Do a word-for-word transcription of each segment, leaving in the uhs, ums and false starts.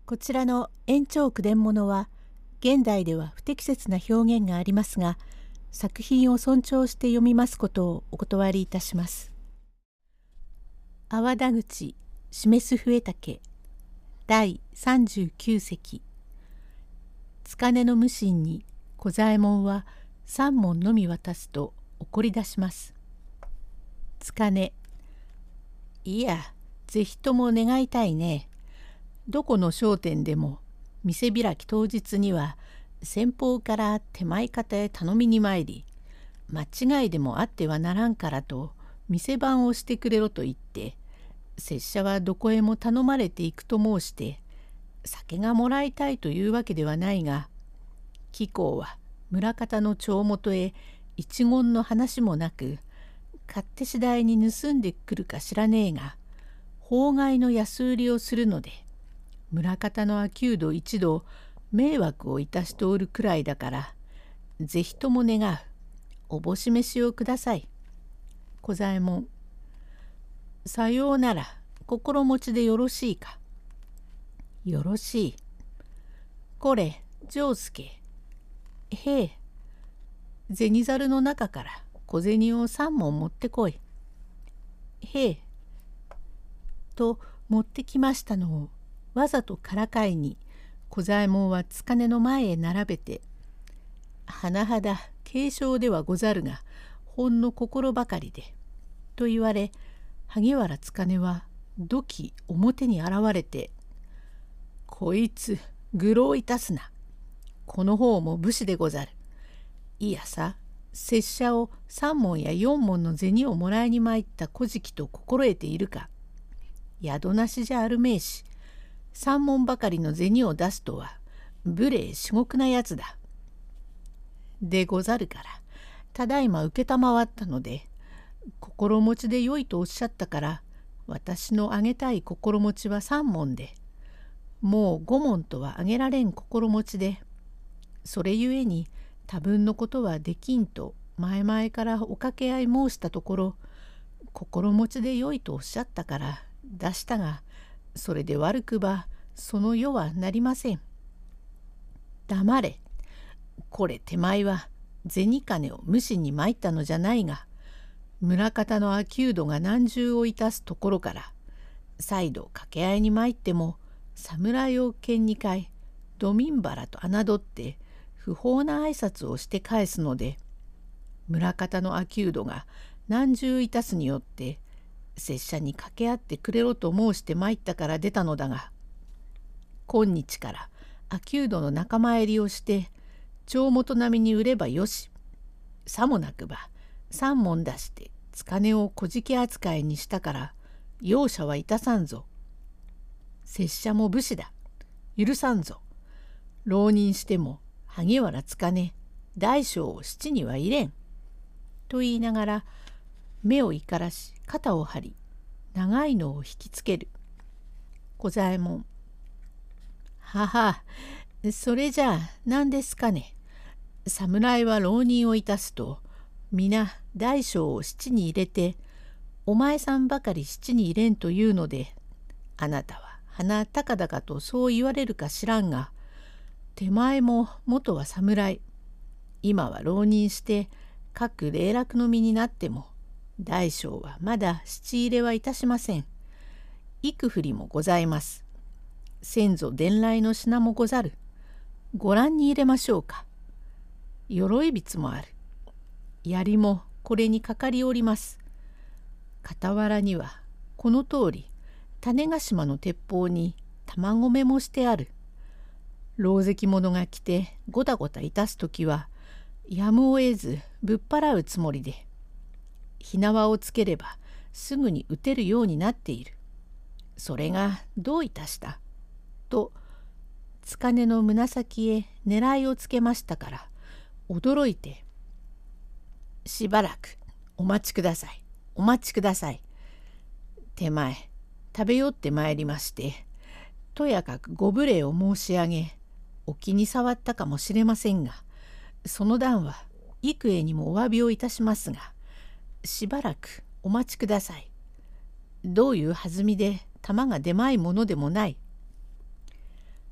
こちらの延長句伝物は現代では不適切な表現がありますが、作品を尊重して読みますことをお断りいたします。阿波田口示す笛竹だいさんじゅうきゅう席。束根の無心に小左衛門は三文のみ渡すと怒り出します。束根、いや、ぜひとも願いたいね。どこの商店でも店開き当日には先方から手前方へ頼みに参り、間違いでもあってはならんからと店番をしてくれろと言って、拙者はどこへも頼まれていくと申して酒がもらいたいというわけではないが、貴公は村方の帳元へ一言の話もなく、勝手次第に盗んでくるか知らねえが、法外の安売りをするので、村方の商人一同迷惑をいたしておるくらいだから、ぜひとも願う。おぼし飯をください。小左衛門、さようなら心持ちでよろしいか。よろしい。これ、丈助。へえ、銭ざるの中から小銭を三文持ってこい。へえ。と持ってきましたのをわざとからかいに小左衛門は束根の前へ並べて、甚だ軽症ではござるがほんの心ばかりで、と言われ、萩原束根はどき表に現れて、こいつ愚弄いたすな。この方も武士でござる。いやさ、拙者を三文や四文の銭をもらいに参った小じと心得ているか。宿なしじゃあるめえし、三文ばかりの銭を出すとは無礼至極なやつだ。でござるから、ただいま承ったので、心持ちでよいとおっしゃったから、私のあげたい心持ちは三文で、もう五文とはあげられん心持ちで、それゆえに多分のことはできんと前々からお掛け合い申したところ、心持ちでよいとおっしゃったから出したが、それで悪くばその世はなりません。黙れ。これ手前は銭金を無心に参ったのじゃないが、村方の商人が難重をいたすところから、再度掛け合いに参っても侍を剣にかいどみんばらと侮って不法な挨拶をして返すので、村方の商人が難重いたすによって拙者に掛け合ってくれろと申して参ったから出たのだが、今日から商人の仲間入りをして帳元並みに売ればよし。さもなくば三文出して束根を小じ扱いにしたから容赦はいたさんぞ。拙者も武士だ。許さんぞ。浪人しても萩原束根大小を七には入れん。と言いながら目を怒らし肩を張り、長いのを引きつける。小左衛門、はは、それじゃあ何ですかね。侍は浪人をいたすと皆大小を七に入れて、お前さんばかり七に入れんというので、あなたは鼻高々とそう言われるか知らんが、手前も元は侍、今は浪人して各礼楽の身になっても、大小はまだ七入れはいたしません。幾振りもございます。先祖伝来の品もござる。ご覧に入れましょうか。鎧びつもある。槍もこれにかかりおります。傍らにはこの通り種子島の鉄砲に玉込めもしてある。狼藉者が来てごたごたいたすときはやむを得ずぶっ払うつもりで、火縄をつければすぐに撃てるようになっている。それがどういたしたと束根の胸先へ狙いをつけましたから、驚いて、しばらくお待ちください、お待ちください。手前食べ寄ってまいりまして、とやかくご無礼を申し上げ、お気に障ったかもしれませんが、その段は幾重にもお詫びをいたしますが、しばらくお待ちください。どういう弾みで弾が出まいものでもない。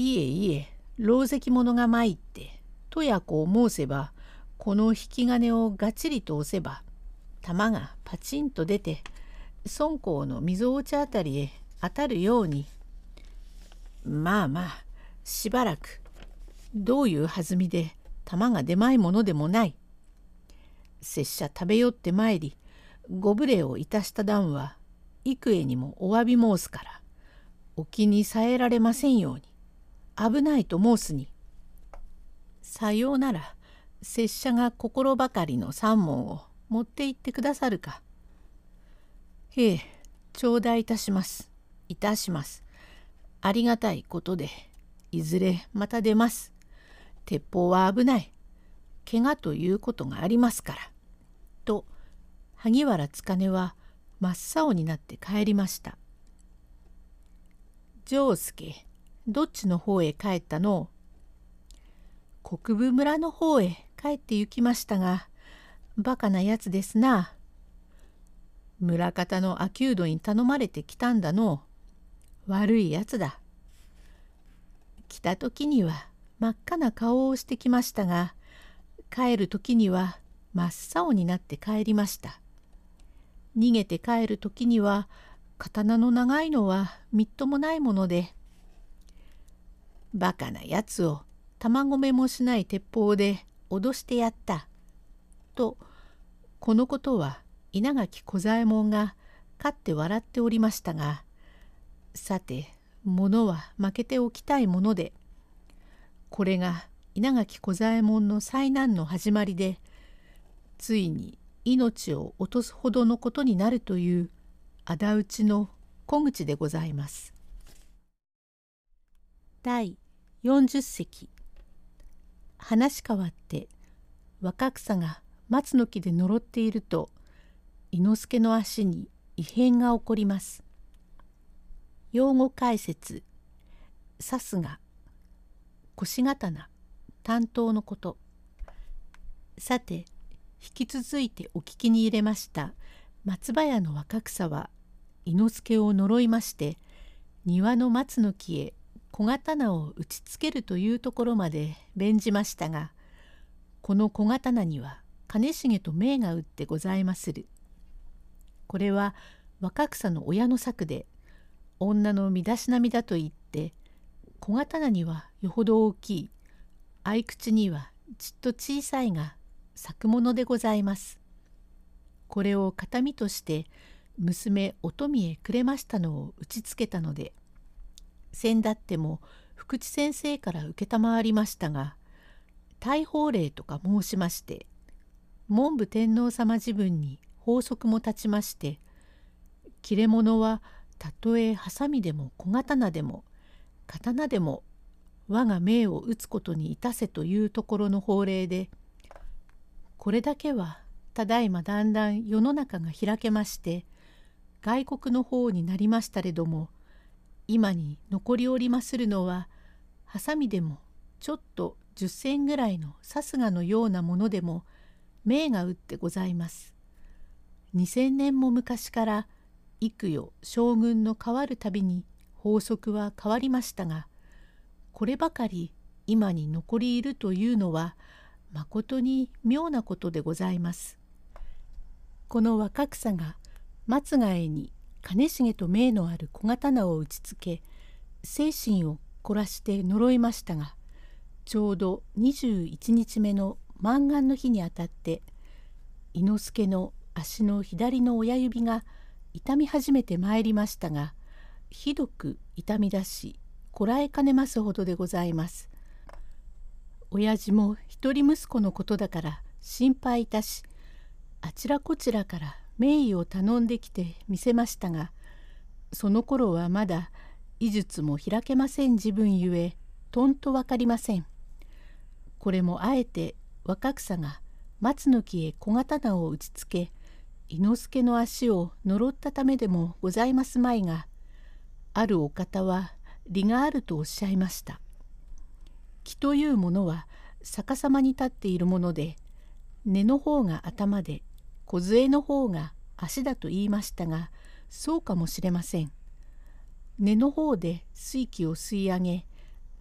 いえいえ、狼藉者が参って、とやこを申せば、この引き金をがちりと押せば、弾がパチンと出て、孫公の溝落ちあたりへ当たるように。まあまあ、しばらく、どういう弾みで弾が出まいものでもない。拙者食べ寄ってまいり、ご無礼をいたした段は、幾重にもお詫び申すから、お気にさえられませんように。危ないと申すに。さようなら、拙者が心ばかりの三文を持って行ってくださるか。へえ、頂戴いたします。いたします。ありがたいことで、いずれまた出ます。鉄砲は危ない。怪我ということがありますから。と、萩原司は真っ青になって帰りました。丈助、どっちの方へ帰ったの？国分村の方へ帰って行きましたが、バカなやつですな。村方の秋人に頼まれてきたんだの。悪いやつだ。来た時には真っ赤な顔をしてきましたが、帰る時には真っ青になって帰りました。逃げて帰る時には刀の長いのはみっともないもので、バカなやつを玉込めもしない鉄砲で脅してやった。と、このことは稲垣小左衛門が勝って笑っておりましたが、さて、物は負けておきたいもので、これが稲垣小左衛門の災難の始まりで、ついに命を落とすほどのことになるという仇討ちの小口でございます。だいよんじゅっせき。話変わって若草が松の木で呪っていると、伊之助の足に異変が起こります。用語解説。さすが腰刀担当のこと。さて、引き続いてお聞きに入れました松葉屋の若草は伊之助を呪いまして、庭の松の木へ小刀を打ちつけるというところまで弁じましたが、この小刀には兼重と銘が打ってございまする。これは若草の親の策で、女の身だしなみだと言って、小刀にはよほど大きい、合口にはちっと小さいが作物でございます。これを形見として娘乙女へくれましたのを打ちつけたので、先だっても福地先生から承りましたが、大法令とか申しまして、文武天皇様自分に法則も立ちまして、切れ者はたとえハサミでも小刀でも刀でも我が命を打つことにいたせというところの法令で、これだけはただいまだんだん世の中が開けまして、外国の方になりましたれども、今に残りおりまするのは、ハサミでもちょっと十銭ぐらいのさすがのようなものでも銘が打ってございます。二千年も昔から幾代将軍の変わるたびに法則は変わりましたが、こればかり今に残りいるというのはまことに妙なことでございます。この若草が松ヶ江に兼重と銘のある小刀を打ちつけ、精神を凝らして呪いましたが、ちょうどにじゅういちにちめの満願の日にあたって、伊之助の足の左の親指が痛み始めてまいりましたが、ひどく痛み出し、こらえかねますほどでございます。親父も一人息子のことだから心配いたし、あちらこちらから名医を頼んできてみせましたが、その頃はまだ医術も開けません自分ゆえ、とんとわかりません。これもあえて若草が松の木へ小刀を打ちつけ、伊之助の足を呪ったためでもございますまいが、あるお方は利があるとおっしゃいました。木というものは逆さまに立っているもので、根の方が頭で梢の方が足だと言いましたが、そうかもしれません。根の方で水気を吸い上げ、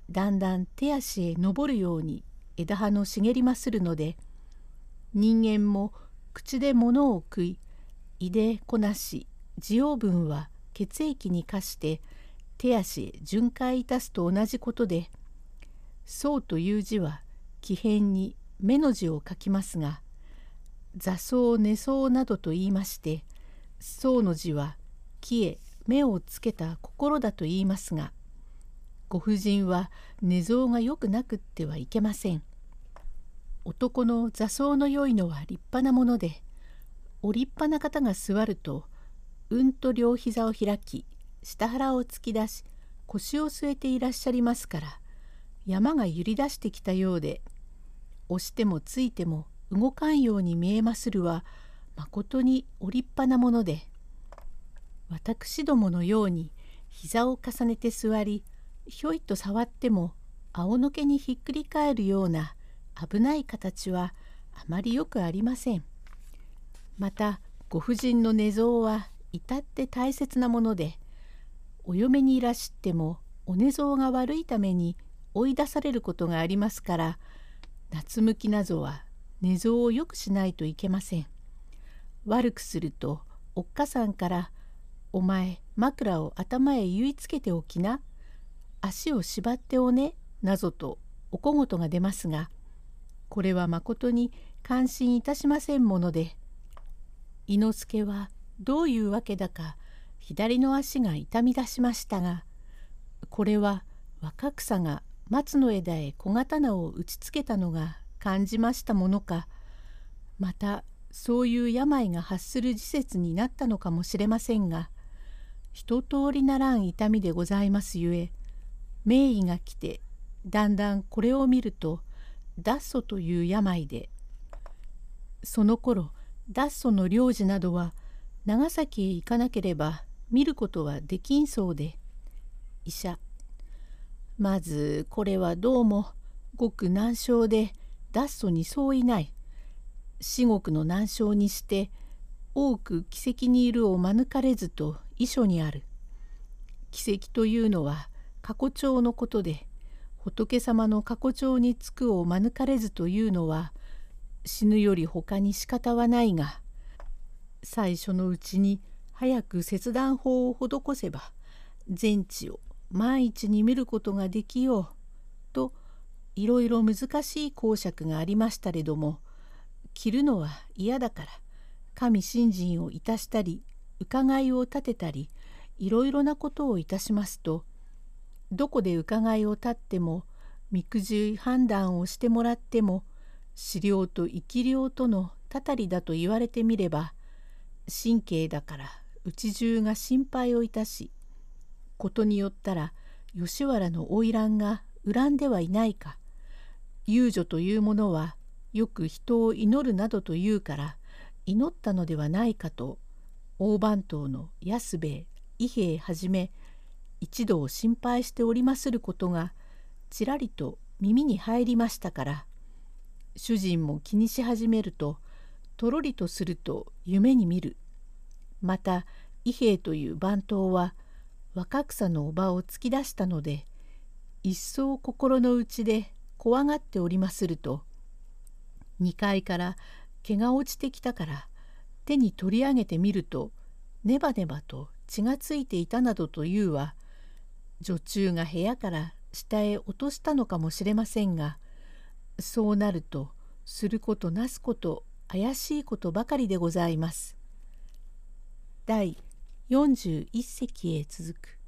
だんだん手足へ上るように枝葉の茂りまするので、人間も口で物を食い、胃でこなし、滋養分は血液に化して手足へ巡回いたすと同じことで、草という字は木偏に目の字を書きますが、座草寝草などと言いまして、草の字は木へ目をつけた心だと言いますが、ご婦人は寝相がよくなくってはいけません。男の座草の良いのは立派なもので、お立派な方が座ると、うんと両膝を開き、下腹を突き出し、腰を据えていらっしゃりますから、山が揺り出してきたようで、押してもついても動かんように見えまするは、まことにお立派なもので、私どものように膝を重ねて座り、ひょいと触っても仰向けにひっくり返るような危ない形はあまりよくありません。またご婦人の寝相は至って大切なもので、お嫁にいらしってもお寝相が悪いために追い出されることがありますから、夏向きなぞは寝相をよくしないといけません。悪くするとおっかさんから「お前枕を頭へ結いつけておきな、足を縛っておね」なぞとお小言が出ますが、これはまことに感心いたしませんもので、伊之助はどういうわけだか左の足が痛み出しましたが、これは若草が松の枝へ小刀を打ちつけたのが感じましたものか、またそういう病が発する時節になったのかもしれませんが、一通りならん痛みでございますゆえ、名医が来てだんだんこれを見ると脱祖という病で、その頃脱祖の領事などは長崎へ行かなければ見ることはできんそうで、医者、まずこれはどうもごく難症で脱祖に相違ない。至極の難症にして多く奇跡にいるを免れずと遺書にある。奇跡というのは過去帳のことで、仏様の過去帳につくを免れずというのは死ぬより他に仕方はないが、最初のうちに早く切断法を施せば全地を万一に見ることができようと、いろいろ難しい講釈がありましたれども、切るのは嫌だから神信心をいたしたり伺いを立てたりいろいろなことをいたしますと、どこで伺いを立っても身くじ判断をしてもらっても死霊と生き霊とのたたりだと言われてみれば、神経だからうち中が心配をいたし、ことによったら吉原の花魁が恨んではいないか、遊女というものはよく人を祈るなどと言うから祈ったのではないかと、大番頭の安兵衛伊兵衛はじめ一同心配しておりますることがちらりと耳に入りましたから、主人も気にし始めるととろりとすると夢に見る。また伊兵衛という番頭は若草のおばを突き出したので、一層心の内で怖がっておりますると、にかいから毛が落ちてきたから手に取り上げてみるとネバネバと血がついていたなどというは、女中が部屋から下へ落としたのかもしれませんが、そうなるとすることなすこと怪しいことばかりでございます。だいよんじゅういっせきへ続く。